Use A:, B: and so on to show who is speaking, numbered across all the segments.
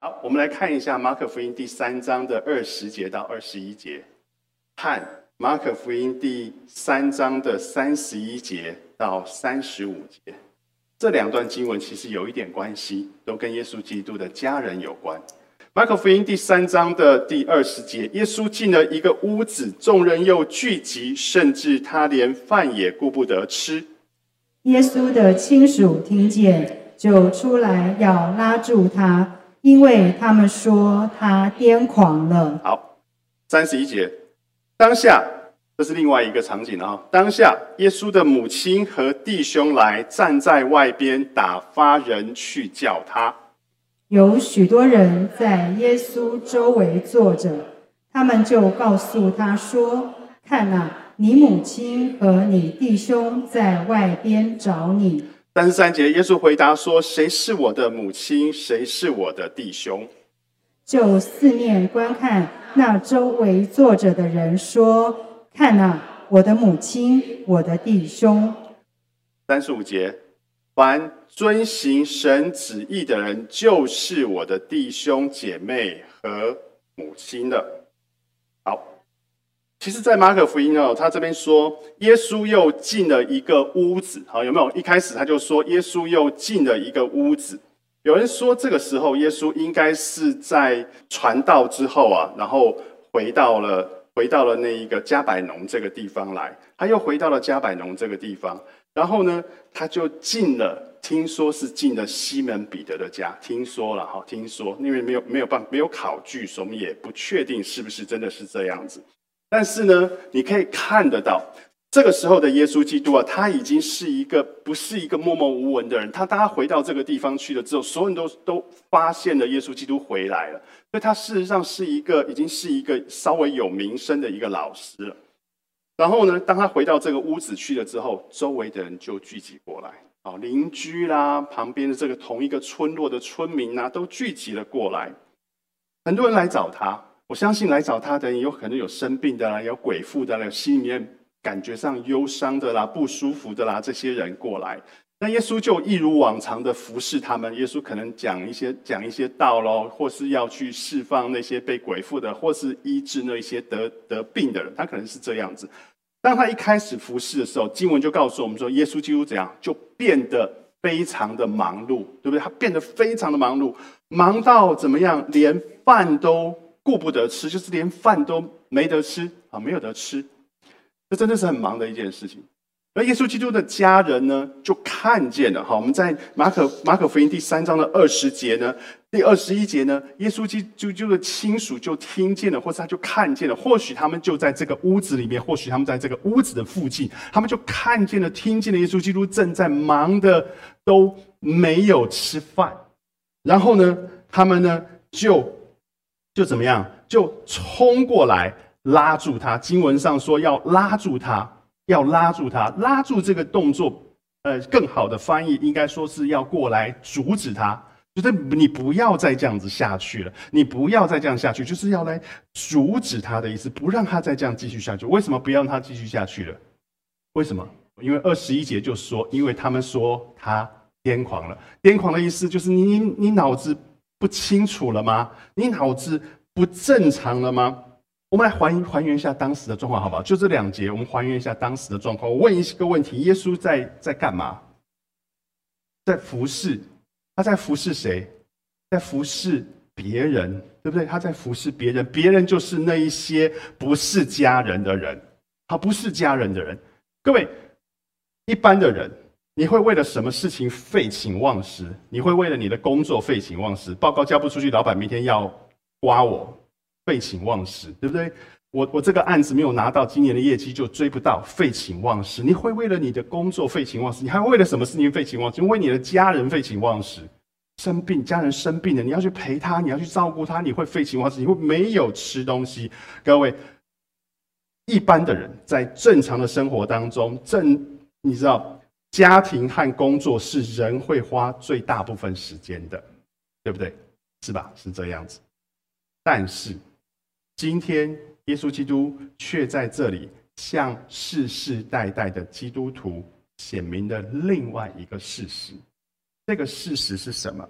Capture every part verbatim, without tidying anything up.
A: 好，我们来看一下马可福音第三章的二十节到二十一节，和马可福音第三章的三十一节到三十五节。这两段经文其实有一点关系，都跟耶稣基督的家人有关。马可福音第三章的第二十节，耶稣进了一个屋子，众人又聚集，甚至他连饭也顾不得吃。
B: 耶稣的亲属听见，就出来要拉住他，因为他们说他癫狂了。
A: 好，三十一节，当下，这是另外一个场景啊。当下，耶稣的母亲和弟兄来，站在外边，打发人去叫他。
B: 有许多人在耶稣周围坐着，他们就告诉他说：“看啊，你母亲和你弟兄在外边找你。”
A: 三十三节，耶稣回答说：“谁是我的母亲？谁是我的弟兄？”
B: 就四面观看那周围坐着的人，说：“看啊，我的母亲，我的弟兄。”
A: 三十五节，凡遵行神旨意的人，就是我的弟兄姐妹和母亲了。好，其实，在马可福音哦，他这边说，耶稣又进了一个屋子。好，有没有？一开始他就说，耶稣又进了一个屋子。有人说，这个时候耶稣应该是在传道之后啊，然后回到了回到了那一个加百农这个地方来。他又回到了加百农这个地方。然后呢，他就进了，听说是进了西门彼得的家，听说了哈，听说，因为没有没有办没有考据，所以我们也不确定是不是真的是这样子。但是呢，你可以看得到，这个时候的耶稣基督啊，他已经是一个不是一个默默无闻的人。他当他回到这个地方去了之后，所有人都都发现了耶稣基督回来了，所以他事实上是一个已经是一个稍微有名声的一个老师了。然后呢，当他回到这个屋子去了之后，周围的人就聚集过来，好，邻居啦，旁边的这个同一个村落的村民啊，都聚集了过来。很多人来找他，我相信来找他的人有可能有生病的啦，有鬼附的啦，有心里面感觉上忧伤的啦、不舒服的啦，这些人过来。那耶稣就一如往常的服侍他们，耶稣可能讲一些讲一些道咯，或是要去释放那些被鬼附的，或是医治那些得得病的人，他可能是这样子。当他一开始服侍的时候，经文就告诉我们说，耶稣基督怎样就变得非常的忙碌，对不对？他变得非常的忙碌，忙到怎么样，连饭都顾不得吃，就是连饭都没得吃啊，没有得吃，这真的是很忙的一件事情。而耶稣基督的家人呢，就看见了。我们在马可马可福音第三章的二十节呢，第二十一节呢，耶稣基督的亲属就听见了，或是他就看见了。或许他们就在这个屋子里面，或许他们在这个屋子的附近，他们就看见了、听见了耶稣基督正在忙的都没有吃饭。然后呢，他们呢就就怎么样，就冲过来拉住他。经文上说要拉住他。要拉住他，拉住这个动作，呃，更好的翻译应该说是要过来阻止他，就是你不要再这样子下去了，你不要再这样下去，就是要来阻止他的意思，不让他再这样继续下去。为什么不让他继续下去了？为什么？因为二十一节就说，因为他们说他癫狂了。癫狂的意思就是你你脑子不清楚了吗？你脑子不正常了吗？我们来还还原一下当时的状况，好不好？就这两节，我们还原一下当时的状况。我问一个问题：耶稣在在干嘛？在服侍，他在服侍谁？在服侍别人，对不对？他在服侍别人，别人就是那一些不是家人的人，好，不是家人的人。各位，一般的人，你会为了什么事情废寝忘食？你会为了你的工作废寝忘食？报告交不出去，老板明天要刮我。废寝忘食，对不对？我我这个案子没有拿到，今年的业绩就追不到，废寝忘食。你会为了你的工作废寝忘食，你还会为了什么事情废寝忘食？为你的家人废寝忘食。生病，家人生病了，你要去陪他，你要去照顾他，你会废寝忘食，你会没有吃东西。各位，一般的人在正常的生活当中，正你知道，家庭和工作是人会花最大部分时间的，对不对？是吧？是这样子。但是今天耶稣基督却在这里向世世代代的基督徒显明了另外一个事实。这个事实是什么？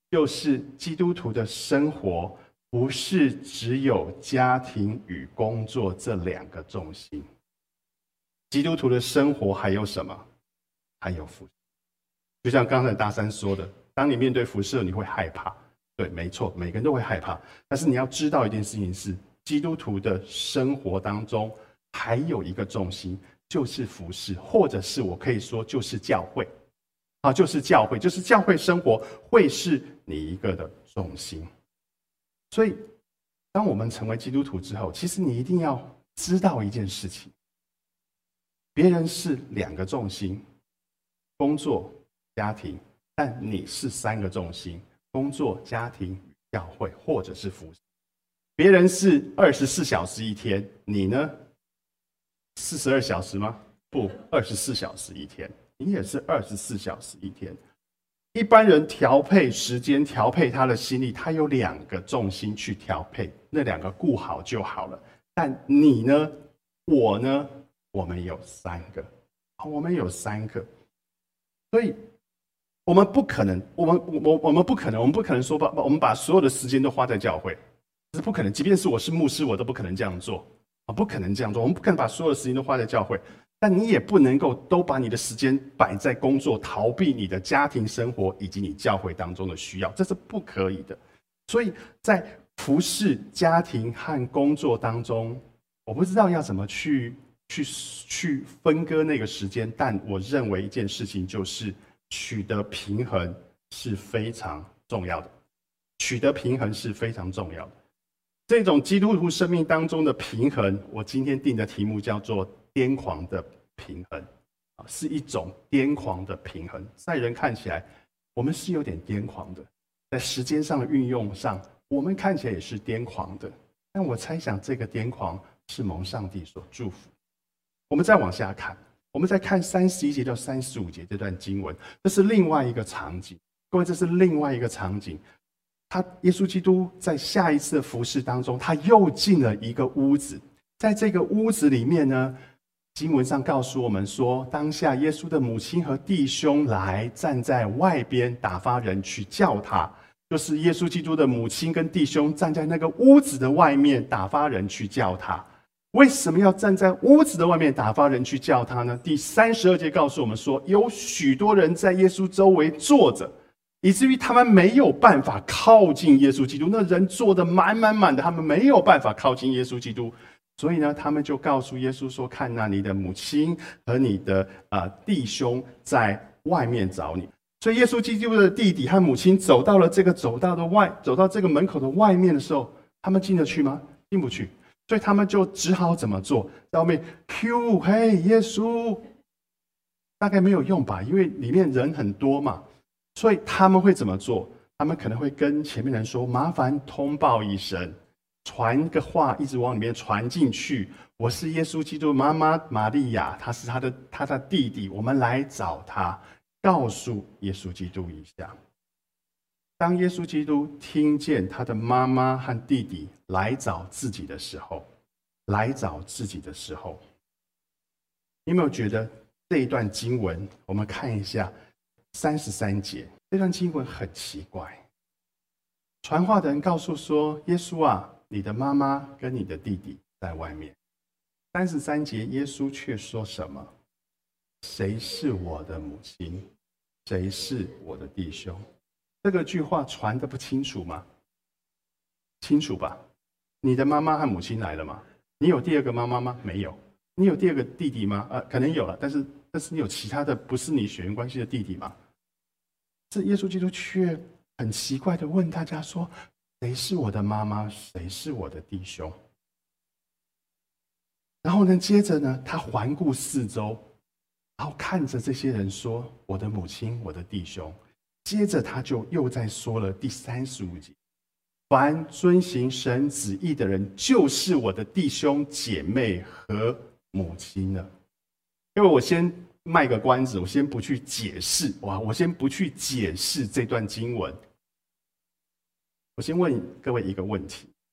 A: 就是基督徒的生活不是只有家庭与工作这两个重心，基督徒的生活还有什么？还有服事。就像刚才大三说的，当你面对服事，你会害怕。对，没错，每个人都会害怕。但是你要知道一件事情是，基督徒的生活当中还有一个重心，就是服事，或者是我可以说就是教会。啊，就是教会，就是教会生活会是你一个的重心。所以，当我们成为基督徒之后，其实你一定要知道一件事情：别人是两个重心，工作、家庭，但你是三个重心：工作、家庭、教会，或者是服事。别人是二十四小时一天，你呢？四十二小时吗？不，二十四小时一天。你也是二十四小时一天。一般人调配时间，调配他的心力，他有两个重心去调配，那两个顾好就好了。但你呢？我呢？我们有三个，我们有三个，所以我们不可能，我们我我们不可能，我们不可能说把我们把所有的时间都花在教会，这是不可能。即便是我是牧师，我都不可能这样做啊，不可能这样做。我们不可能把所有的时间都花在教会。但你也不能够都把你的时间摆在工作，逃避你的家庭生活以及你教会当中的需要，这是不可以的。所以在服事、家庭和工作当中，我不知道要怎么去去去分割那个时间，但我认为一件事情就是取得平衡是非常重要的。取得平衡是非常重要的。这种基督徒生命当中的平衡，我今天定的题目叫做癫狂的平衡，是一种癫狂的平衡。在人看起来，我们是有点癫狂的，在时间上的运用上，我们看起来也是癫狂的。但我猜想，这个癫狂是蒙上帝所祝福。我们再往下看，我们再看三十一节到三十五节这段经文，这是另外一个场景。各位，这是另外一个场景。他耶稣基督在下一次的服事当中，他又进了一个屋子，在这个屋子里面呢，经文上告诉我们说，当下耶稣的母亲和弟兄来站在外边，打发人去叫他。就是耶稣基督的母亲跟弟兄站在那个屋子的外面，打发人去叫他。为什么要站在屋子的外面打发人去叫他呢？第三十二节告诉我们说，有许多人在耶稣周围坐着，以至于他们没有办法靠近耶稣基督。那人坐得满满满的，他们没有办法靠近耶稣基督。所以呢，他们就告诉耶稣说：“看那你的母亲和你的啊、呃、弟兄在外面找你。”所以耶稣基督的弟弟和母亲走到了这个走道的外，走到这个门口的外面的时候，他们进得去吗？进不去。所以他们就只好怎么做？在外面 Q 嘿耶稣，大概没有用吧，因为里面人很多嘛。所以他们会怎么做？他们可能会跟前面人说：“麻烦通报一声，传个话，一直往里面传进去。我是耶稣基督妈妈玛利亚，他是他的他的弟弟，我们来找他，告诉耶稣基督一下。”当耶稣基督听见他的妈妈和弟弟来找自己的时候，来找自己的时候，你有没有觉得这一段经文？我们看一下三十三节，这段经文很奇怪。传话的人告诉说：“耶稣啊，你的妈妈跟你的弟弟在外面。”三十三节，耶稣却说什么？谁是我的母亲？谁是我的弟兄？这个句话传得不清楚吗？清楚吧？你的妈妈和母亲来了吗？你有第二个妈妈吗？没有。你有第二个弟弟吗？呃，可能有了，但是但是你有其他的不是你血缘关系的弟弟吗？这耶稣基督却很奇怪的问大家说：“谁是我的妈妈？谁是我的弟兄？”然后呢，接着呢，他环顾四周，然后看着这些人说：“我的母亲，我的弟兄。”接着他就又再说了第三十五节：“凡遵行神旨意的人，就是我的弟兄姐妹和母亲了。”因为我先卖个关子，我先不去解释，哇，我先不去解释这段经文。我先问各位一个问题：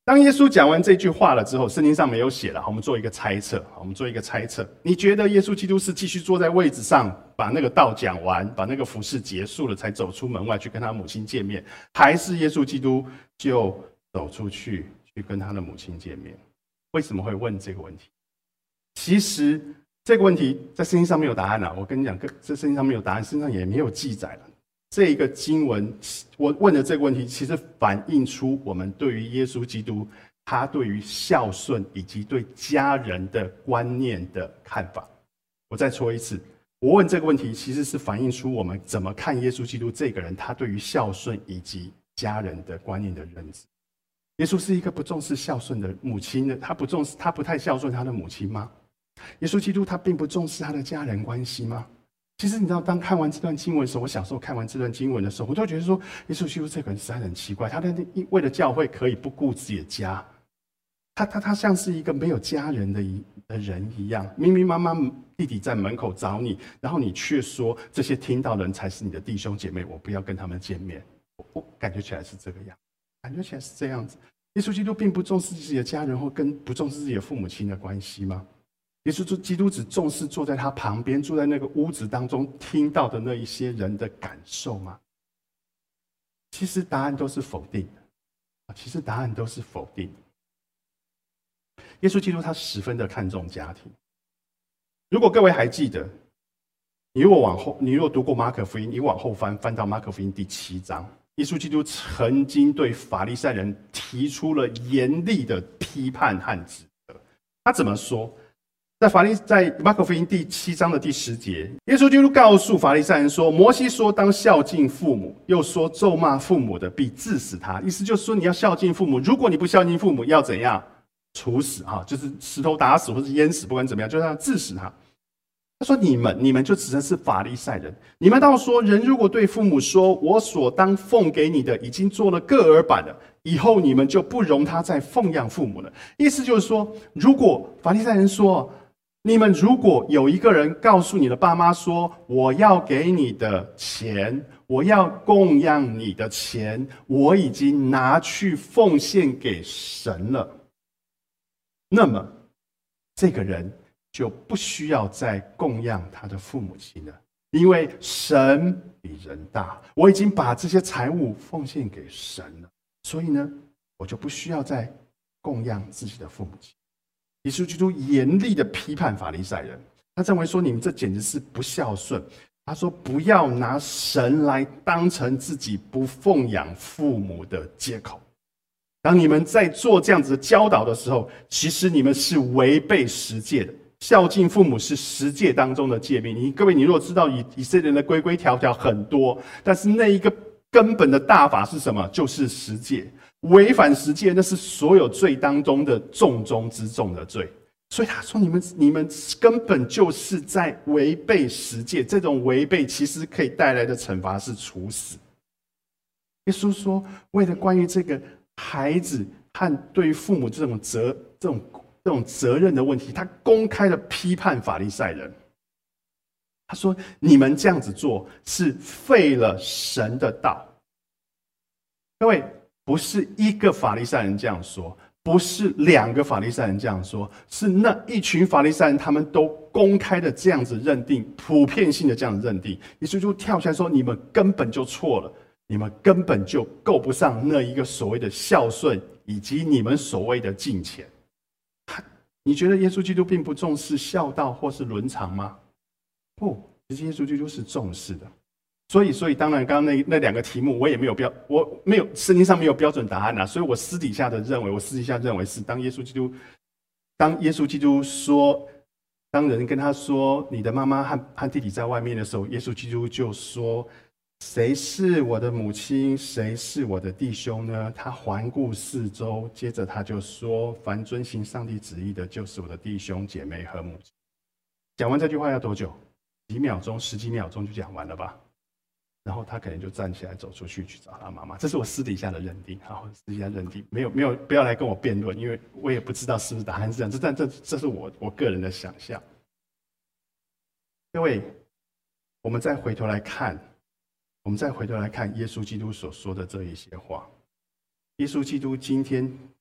A: 当耶稣讲完这句话了之后，圣经上没有写了，我们做一个猜测。我们做一个猜测，你觉得耶稣基督是继续坐在位置上，把那个道讲完，把那个服事结束了，才走出门外去跟他母亲见面，还是耶稣基督就走出去去跟他的母亲见面？为什么会问这个问题？其实这个问题在圣经上没有答案了。我跟你讲，这圣经上没有答案，圣经上也没有记载了。这个经文，我问的这个问题，其实反映出我们对于耶稣基督，他对于孝顺以及对家人的观念的看法。我再说一次，我问这个问题，其实是反映出我们怎么看耶稣基督这个人，他对于孝顺以及家人的观念的认知。耶稣是一个不重视孝顺的母亲的，他不重视，他不太孝顺他的母亲吗？耶稣基督他并不重视他的家人关系吗？其实你知道，当看完这段经文的时候，我小时候看完这段经文的时候，我都觉得说，耶稣基督这个人实在很奇怪。他的为了教会可以不顾自己的家，他他他像是一个没有家人的一的人一样。明明妈妈弟弟在门口找你，然后你却说这些听到的人才是你的弟兄姐妹，我不要跟他们见面。我我感觉起来是这个样，感觉起来是这样子。耶稣基督并不重视自己的家人，或跟不重视自己的父母亲的关系吗？耶稣基督只重视坐在他旁边，住在那个屋子当中听到的那一些人的感受吗？其实答案都是否定的。其实答案都是否定的。耶稣基督他十分的看重家庭。如果各位还记得，你如果往后，你如果读过马可福音，你往后翻，翻到马可福音第七章，耶稣基督曾经对法利赛人提出了严厉的批判和指责。他怎么说？在法利在马可福音第七章的第十节，耶稣基督告诉法利赛人说：“摩西说当孝敬父母，又说咒骂父母的必治死他。”意思就是说你要孝敬父母，如果你不孝敬父母，要怎样？处死哈，就是石头打死或是淹死，不管怎么样，就是要治死他。他说：“你们，你们就指的是法利赛人。你们倒说，人如果对父母说，我所当奉给你的已经做了各耳板了，以后你们就不容他再奉养父母了。”意思就是说，如果法利赛人说，你们如果有一个人告诉你的爸妈说，我要给你的钱，我要供养你的钱，我已经拿去奉献给神了，那么这个人就不需要再供养他的父母亲了，因为神比人大，我已经把这些财物奉献给神了，所以呢，我就不需要再供养自己的父母亲。耶稣基督严厉的批判法利赛人，他认为说你们这简直是不孝顺。他说不要拿神来当成自己不奉养父母的借口。当你们在做这样子的教导的时候，其实你们是违背十诫的。孝敬父母是十诫当中的诫命。你各位，你如果知道以以色列人的规规条条很多，但是那一个根本的大法是什么？就是十诫。违反十诫，那是所有罪当中的重中之重的罪。所以他说你们你们根本就是在违背十诫，这种违背其实可以带来的惩罚是处死。耶稣说，为了关于这个孩子和对于父母这种责这种这种责任的问题，他公开的批判法利赛人。他说你们这样子做是废了神的道。各位，不是一个法利赛人这样说，不是两个法利赛人这样说，是那一群法利赛人他们都公开的这样子认定，普遍性的这样子认定。耶稣就跳出来说，你们根本就错了，你们根本就够不上那一个所谓的孝顺以及你们所谓的敬虔。你觉得耶稣基督并不重视孝道或是伦常吗？不，其实耶稣基督是重视的。所以，所以当然，刚刚那那两个题目，我也没有标，我没有圣经上没有标准答案啊。所以我私底下的认为，我私底下认为是，当耶稣基督，当耶稣基督说，当人跟他说，你的妈妈和和弟弟在外面的时候，耶稣基督就说，谁是我的母亲，谁是我的弟兄呢？他环顾四周，接着他就说，凡遵行上帝旨意的，就是我的弟兄姐妹和母亲。讲完这句话要多久？几秒钟，十几秒钟就讲完了吧？然后他可能就站起来走出去去找他妈妈，这是我私底下的认定。好，私底下认定，没有没有，不要来跟我辩论，因为我也不知道是不是答案是这样。这但这这是我我个人的想象。各位，我们再回头来看，我们再回头来看耶稣基督所说的这一些话。耶稣基督今天他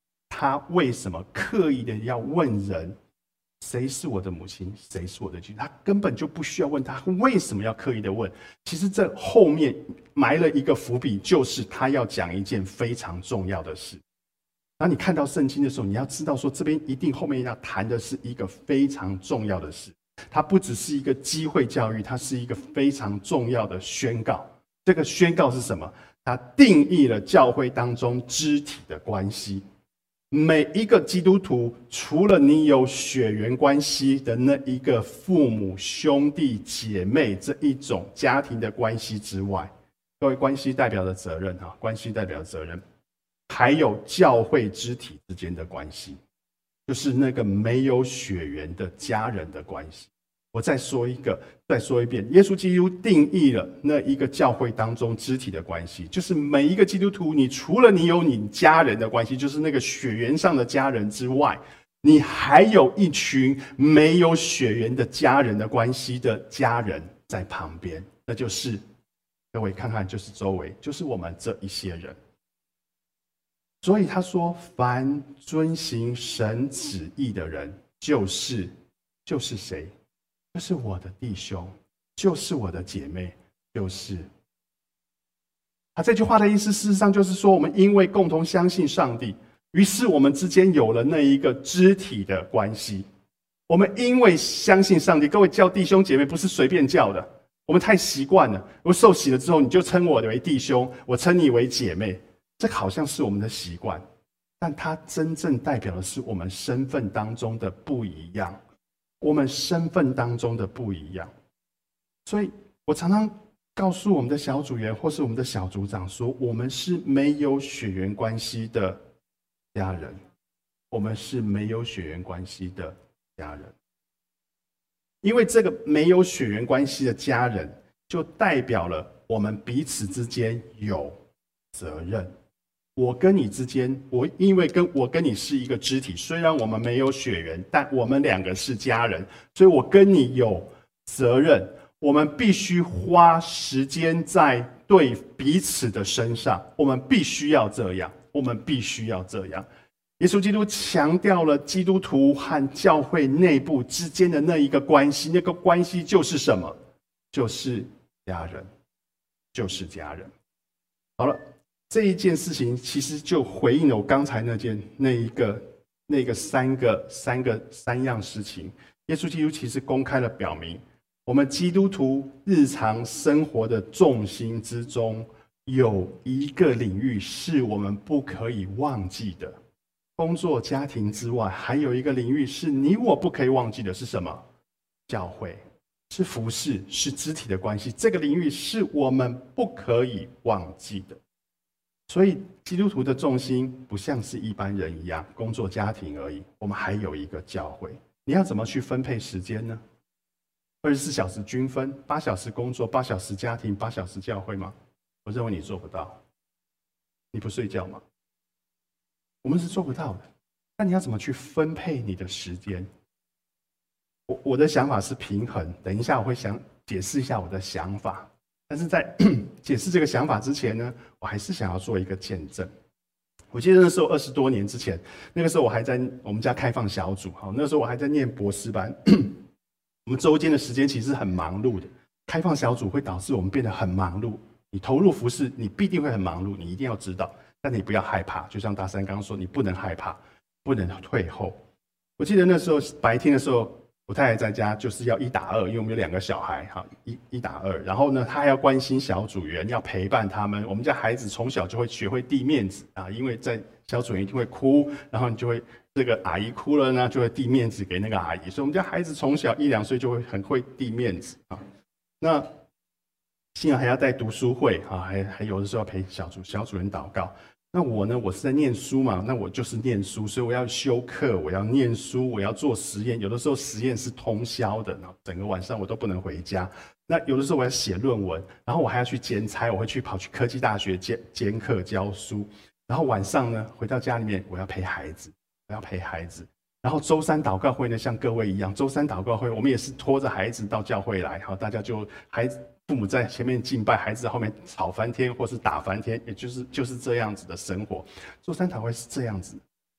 A: 他为什么刻意的要问人谁是我的母亲，谁是我的妻子？他根本就不需要问他为什么要刻意的问。其实这后面埋了一个伏笔，就是他要讲一件非常重要的事。然后你看到圣经的时候，你要知道说，这边一定后面要谈的是一个非常重要的事。它不只是一个机会教育，它是一个非常重要的宣告。这个宣告是什么？它定义了教会当中肢体的关系。每一个基督徒，除了你有血缘关系的那一个父母、兄弟、姐妹这一种家庭的关系之外，各位，关系代表的责任啊，关系代表的责任，还有教会肢体之间的关系，就是那个没有血缘的家人的关系。我再说一个，再说一遍，耶稣基督定义了那一个教会当中肢体的关系，就是每一个基督徒，你除了你有你家人的关系，就是那个血缘上的家人之外，你还有一群没有血缘的家人的关系的家人在旁边，那就是各位看看，就是周围，就是我们这一些人。所以他说，凡遵行神旨意的人，就是就是谁？就是我的弟兄，就是我的姐妹，就是他这句话的意思，事实上就是说，我们因为共同相信上帝，于是我们之间有了那一个肢体的关系。我们因为相信上帝，各位叫弟兄姐妹不是随便叫的，我们太习惯了。我受洗了之后，你就称我为弟兄，我称你为姐妹，这好像是我们的习惯，但它真正代表的是我们身份当中的不一样。我们身份当中的不一样，所以我常常告诉我们的小组员或是我们的小组长说，我们是没有血缘关系的家人，我们是没有血缘关系的家人，因为这个没有血缘关系的家人，就代表了我们彼此之间有责任。我跟你之间，我因为跟我跟你是一个肢体，虽然我们没有血缘，但我们两个是家人，所以我跟你有责任。我们必须花时间在对彼此的身上，我们必须要这样，我们必须要这样。耶稣基督强调了基督徒和教会内部之间的那一个关系，那个关系就是什么？就是家人，就是家人。好了。这一件事情其实就回应了我刚才那件那一个那个三个三个三样事情。耶稣基督其实公开了表明，我们基督徒日常生活的重心之中，有一个领域是我们不可以忘记的。工作、家庭之外，还有一个领域是你我不可以忘记的，是什么？教会，是服事，是肢体的关系。这个领域是我们不可以忘记的。所以基督徒的重心不像是一般人一样工作家庭而已，我们还有一个教会。你要怎么去分配时间呢？二十四小时均分，八小时工作，八小时家庭，八小时教会吗？我认为你做不到。你不睡觉吗？我们是做不到的。那你要怎么去分配你的时间？我我的想法是平衡，等一下我会想解释一下我的想法。但是在解释这个想法之前呢，我还是想要做一个见证。我记得那时候二十多年之前，那个时候我还在我们家开放小组，好，那时候我还在念博士班。我们周间的时间其实很忙碌的，开放小组会导致我们变得很忙碌。你投入服事，你必定会很忙碌，你一定要知道，但你不要害怕。就像大三刚刚说，你不能害怕，不能退后。我记得那时候白天的时候，我太太在家就是要一打二，因为我们有两个小孩，哈，一一打二。然后呢，她还要关心小组员，要陪伴他们。我们家孩子从小就会学会递面子啊，因为在小组员一定会哭，然后你就会这个阿姨哭了呢，就会递面子给那个阿姨。所以我们家孩子从小一两岁就会很会递面子啊。那幸好还要带读书会啊，还还有的时候要陪小组小组员祷告。那我呢？我是在念书嘛，那我就是念书，所以我要修课，我要念书，我要做实验。有的时候实验是通宵的，然后整个晚上我都不能回家。那有的时候我要写论文，然后我还要去兼差，我会去跑去科技大学兼兼课教书。然后晚上呢，回到家里面，我要陪孩子，我要陪孩子。然后周三祷告会呢，像各位一样，周三祷告会我们也是拖着孩子到教会来，好，大家就孩子。父母在前面敬拜，孩子在后面吵翻天或是打翻天，也就是就是这样子的生活。周三祷会是这样子，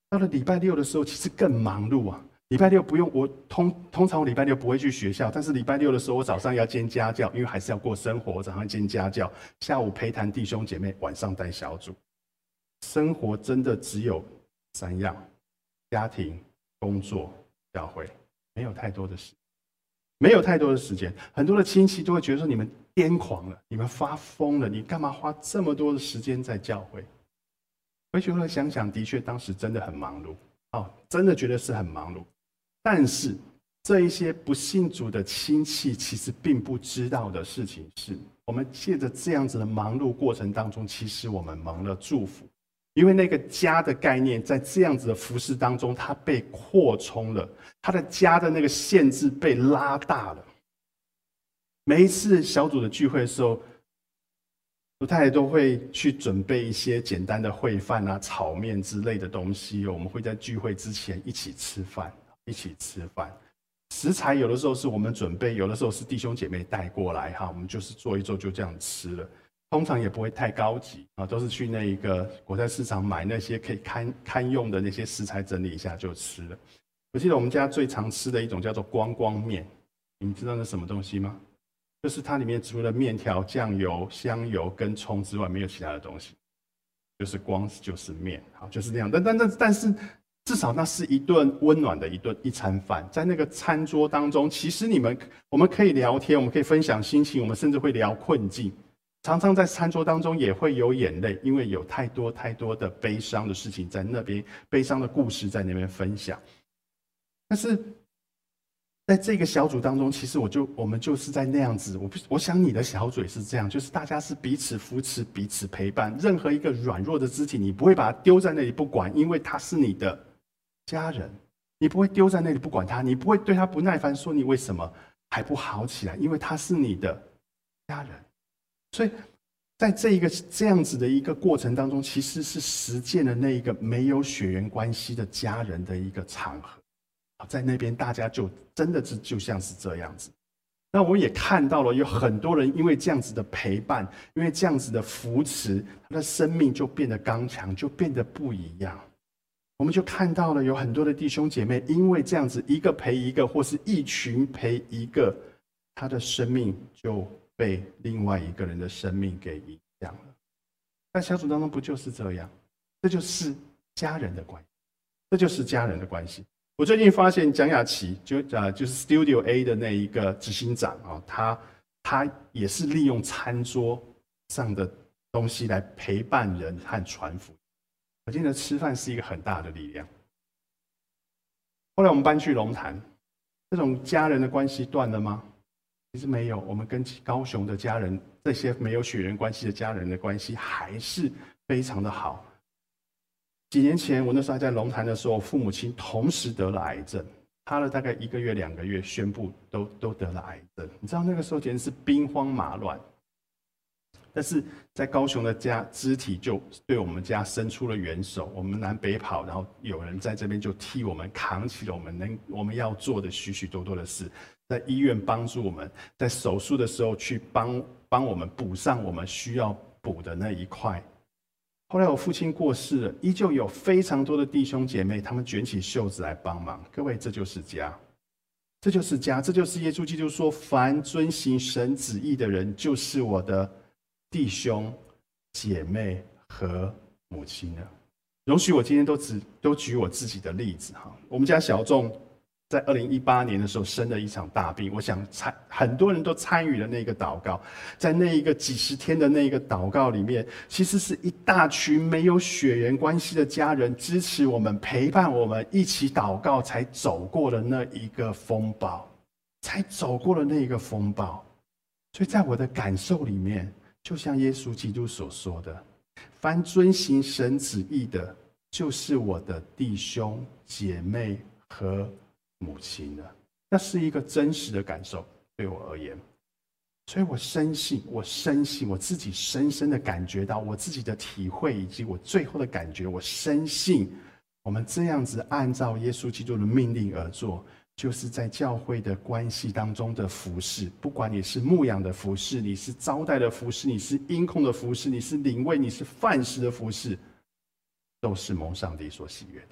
A: 到了礼拜六的时候，其实更忙碌啊。礼拜六不用我通通常我礼拜六不会去学校，但是礼拜六的时候，我早上要兼家教，因为还是要过生活，我早上兼家教，下午陪谈弟兄姐妹，晚上带小组。生活真的只有三样：家庭、工作、教会，没有太多的时间，没有太多的时间。很多的亲戚都会觉得说你们癫狂了，你们发疯了，你干嘛花这么多的时间在教会？回去后想想，的确当时真的很忙碌，哦，真的觉得是很忙碌。但是这一些不信主的亲戚，其实并不知道的事情是，我们借着这样子的忙碌过程当中，其实我们蒙了祝福。因为那个家的概念，在这样子的服事当中，它被扩充了，他的家的那个限制被拉大了。每一次小组的聚会的时候，不太都会去准备一些简单的烩饭啊、炒面之类的东西。我们会在聚会之前一起吃饭，一起吃饭。食材有的时候是我们准备，有的时候是弟兄姐妹带过来哈，我们就是做一做就这样吃了。通常也不会太高级啊，都是去那一个果菜市场买那些可以堪堪用的那些食材，整理一下就吃了。我记得我们家最常吃的一种叫做光光面，你们知道那是什么东西吗？就是它里面除了面条、酱油、香油跟葱之外，没有其他的东西，就是光就是面，好，就是那样。但但但但是至少那是一顿温暖的一顿一餐饭，在那个餐桌当中，其实你们我们可以聊天，我们可以分享心情，我们甚至会聊困境。常常在餐桌当中也会有眼泪，因为有太多太多的悲伤的事情在那边，悲伤的故事在那边分享。但是在这个小组当中，其实我就我们就是在那样子，我我想你的小组也是这样，就是大家是彼此扶持、彼此陪伴。任何一个软弱的肢体，你不会把它丢在那里不管，因为他是你的家人，你不会丢在那里不管他，你不会对他不耐烦，说你为什么还不好起来，因为他是你的家人。所以，在这一个这样子的一个过程当中，其实是实践了那一个没有血缘关系的家人的一个场合。在那边，大家就真的是就像是这样子。那我也看到了，有很多人因为这样子的陪伴，因为这样子的扶持，他的生命就变得刚强，就变得不一样。我们就看到了有很多的弟兄姐妹，因为这样子一个陪一个，或是一群陪一个，他的生命就被另外一个人的生命给影响了。在小组当中不就是这样？这就是家人的关系，这就是家人的关系。我最近发现蒋雅琪就呃就是 Studio A 的那一个执行长啊，他他也是利用餐桌上的东西来陪伴人和传福音。我记得吃饭是一个很大的力量。后来我们搬去龙潭，这种家人的关系断了吗？其实没有，我们跟高雄的家人，这些没有血缘关系的家人的关系还是非常的好。几年前，我那时候还在龙潭的时候，父母亲同时得了癌症，差了大概一个月、两个月，宣布都都得了癌症。你知道那个时候简直是兵荒马乱。但是在高雄的家肢体就对我们家伸出了援手，我们南北跑，然后有人在这边就替我们扛起了我们能我们要做的许许多多的事，在医院帮助我们，在手术的时候去帮帮我们补上我们需要补的那一块。后来我父亲过世了，依旧有非常多的弟兄姐妹，他们卷起袖子来帮忙。各位，这就是家，这就是家，这就是耶稣基督说：“凡遵行神旨意的人，就是我的弟兄姐妹和母亲了。”容许我今天都只都举我自己的例子哈。我们家小众在二零一八年的时候生了一场大病，我想参很多人都参与了那个祷告，在那一个几十天的那个祷告里面，其实是一大群没有血缘关系的家人支持我们、陪伴我们，一起祷告，才走过了那一个风暴，才走过了那一个风暴。所以在我的感受里面，就像耶稣基督所说的：“凡遵行神旨意的，就是我的弟兄姐妹和母亲了。”那是一个真实的感受，对我而言。所以我深信，我深信，我自己深深的感觉到，我自己的体会以及我最后的感觉，我深信，我们这样子按照耶稣基督的命令而做，就是在教会的关系当中的服事，不管你是牧养的服事，你是招待的服事，你是音控的服事，你是领位，你是饭食的服事，都是蒙上帝所喜悦的。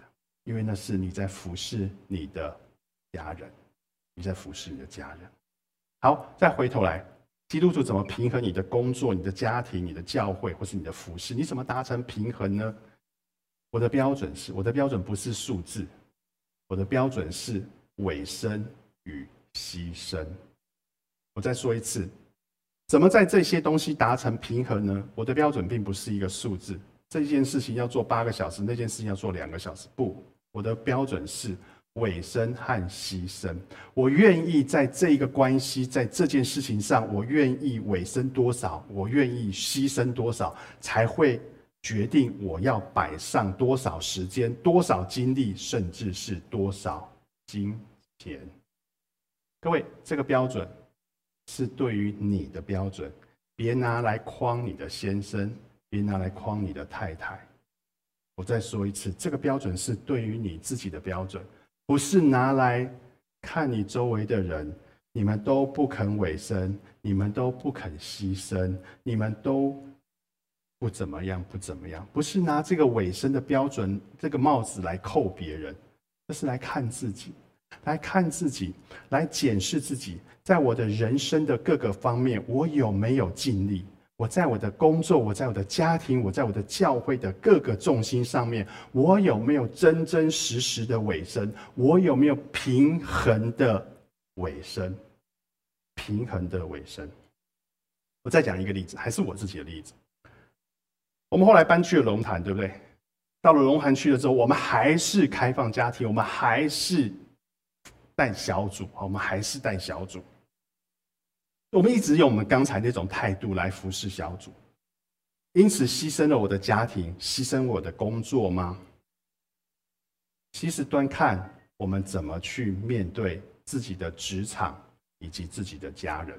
A: 因为那是你在服侍你的家人，你在服侍你的家人。好，再回头来，基督徒怎么平衡你的工作、你的家庭、你的教会，或是你的服侍？你怎么达成平衡呢？我的标准是，我的标准不是数字，我的标准是委身与牺牲。我再说一次，怎么在这些东西达成平衡呢？我的标准并不是一个数字，这件事情要做八个小时，那件事情要做两个小时，不，我的标准是委身和牺牲。我愿意在这一个关系，在这件事情上，我愿意委身多少，我愿意牺牲多少，才会决定我要摆上多少时间、多少精力，甚至是多少金钱。各位，这个标准是对于你的标准，别拿来诓你的先生，别拿来诓你的太太。我再说一次，这个标准是对于你自己的标准，不是拿来看你周围的人，你们都不肯委身，你们都不肯牺牲，你们都不怎么样，不怎么样，不是拿这个委身的标准，这个帽子来扣别人，这是来看自己，来看自己，来检视自己，在我的人生的各个方面，我有没有尽力？我在我的工作，我在我的家庭，我在我的教会的各个重心上面，我有没有真真实实的委身？我有没有平衡的委身？平衡的委身。我再讲一个例子，还是我自己的例子。我们后来搬去了龙潭，对不对？到了龙潭区了之后，我们还是开放家庭，我们还是带小组，我们还是带小组。我们一直用我们刚才那种态度来服侍小组，因此牺牲了我的家庭，牺牲我的工作吗？其实端看我们怎么去面对自己的职场以及自己的家人。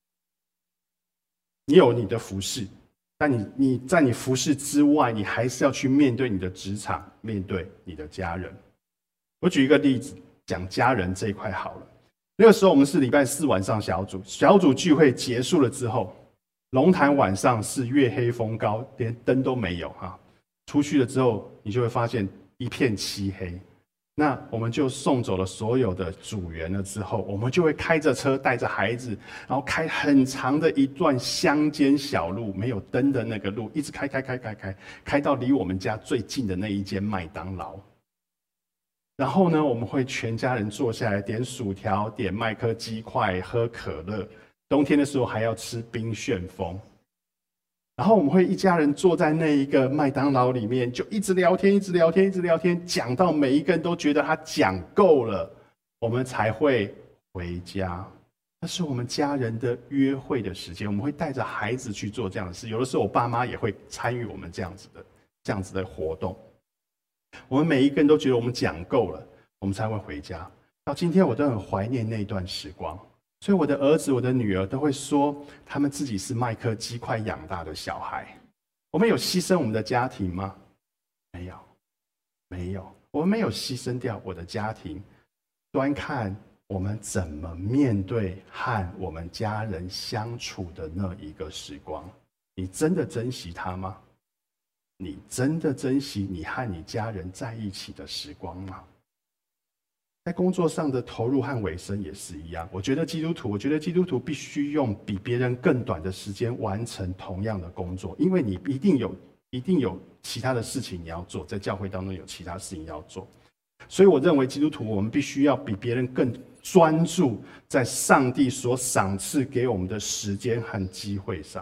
A: 你有你的服侍，但你你在你服侍之外，你还是要去面对你的职场，面对你的家人。我举一个例子，讲家人这一块好了。那个时候我们是礼拜四晚上小组，小组聚会结束了之后，龙潭晚上是月黑风高，连灯都没有哈。出去了之后，你就会发现一片漆黑。那我们就送走了所有的组员了之后，我们就会开着车带着孩子，然后开很长的一段乡间小路，没有灯的那个路，一直开开开开开，开到离我们家最近的那一间麦当劳。然后呢，我们会全家人坐下来点薯条、点麦克鸡块、喝可乐。冬天的时候还要吃冰旋风。然后我们会一家人坐在那一个麦当劳里面，就一直聊天，一直聊天，一直聊天，讲到每一个人都觉得他讲够了，我们才会回家。那是我们家人的约会的时间，我们会带着孩子去做这样的事。有的时候我爸妈也会参与我们这样子的这样子的活动。我们每一个人都觉得我们讲够了，我们才会回家。到今天我都很怀念那段时光，所以我的儿子、我的女儿都会说，他们自己是麦克鸡块养大的小孩。我们有牺牲我们的家庭吗？没有，没有，我们没有牺牲掉我的家庭。端看我们怎么面对和我们家人相处的那一个时光。你真的珍惜它吗？你真的珍惜你和你家人在一起的时光吗？在工作上的投入和委身也是一样。我觉得基督徒，我觉得基督徒必须用比别人更短的时间完成同样的工作，因为你一定有一定有其他的事情你要做，在教会当中有其他事情要做。所以我认为基督徒，我们必须要比别人更专注在上帝所赏赐给我们的时间和机会上。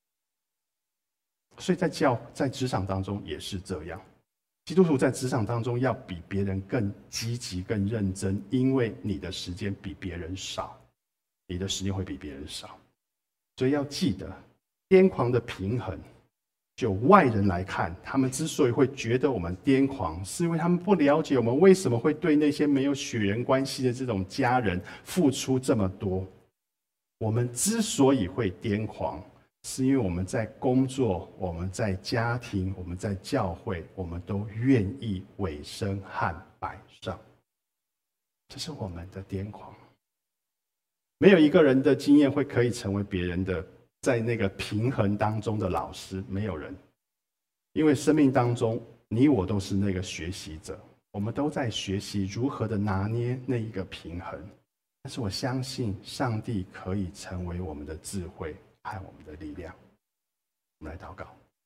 A: 所以在教在职场当中也是这样，基督徒在职场当中要比别人更积极、更认真，因为你的时间比别人少，你的时间会比别人少。所以要记得，癫狂的平衡，就外人来看，他们之所以会觉得我们癫狂，是因为他们不了解我们为什么会对那些没有血缘关系的这种家人付出这么多。我们之所以会癫狂，是因为我们在工作，我们在家庭，我们在教会，我们都愿意委身和摆上，这是我们的癫狂。没有一个人的经验会可以成为别人的在那个平衡当中的老师，没有人。因为生命当中，你我都是那个学习者， 我们都在学习如何的拿捏那一个平衡。但是我相信上帝可以成为我们的智慧和我们的力量。我们来祷告。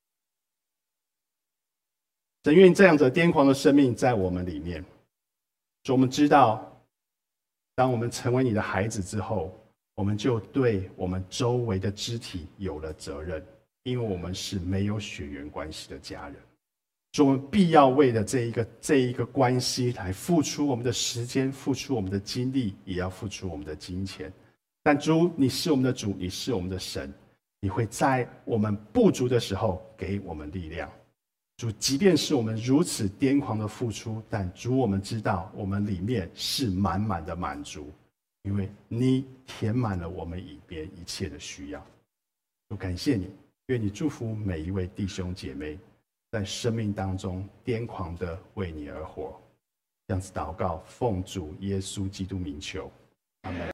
A: 神愿这样子癫狂的生命在我们里面。主，我们知道，当我们成为你的孩子之后，我们就对我们周围的肢体有了责任，因为我们是没有血缘关系的家人。主，我们必要为了这一个这一个关系来付出我们的时间，付出我们的精力，也要付出我们的金钱。但主，你是我们的主，你是我们的神，你会在我们不足的时候给我们力量。主，即便是我们如此癫狂的付出，但主，我们知道我们里面是满满的满足，因为你填满了我们里边一切的需要。主，感谢你，愿你祝福每一位弟兄姐妹，在生命当中癫狂的为你而活。这样子祷告，奉主耶稣基督名求，阿们。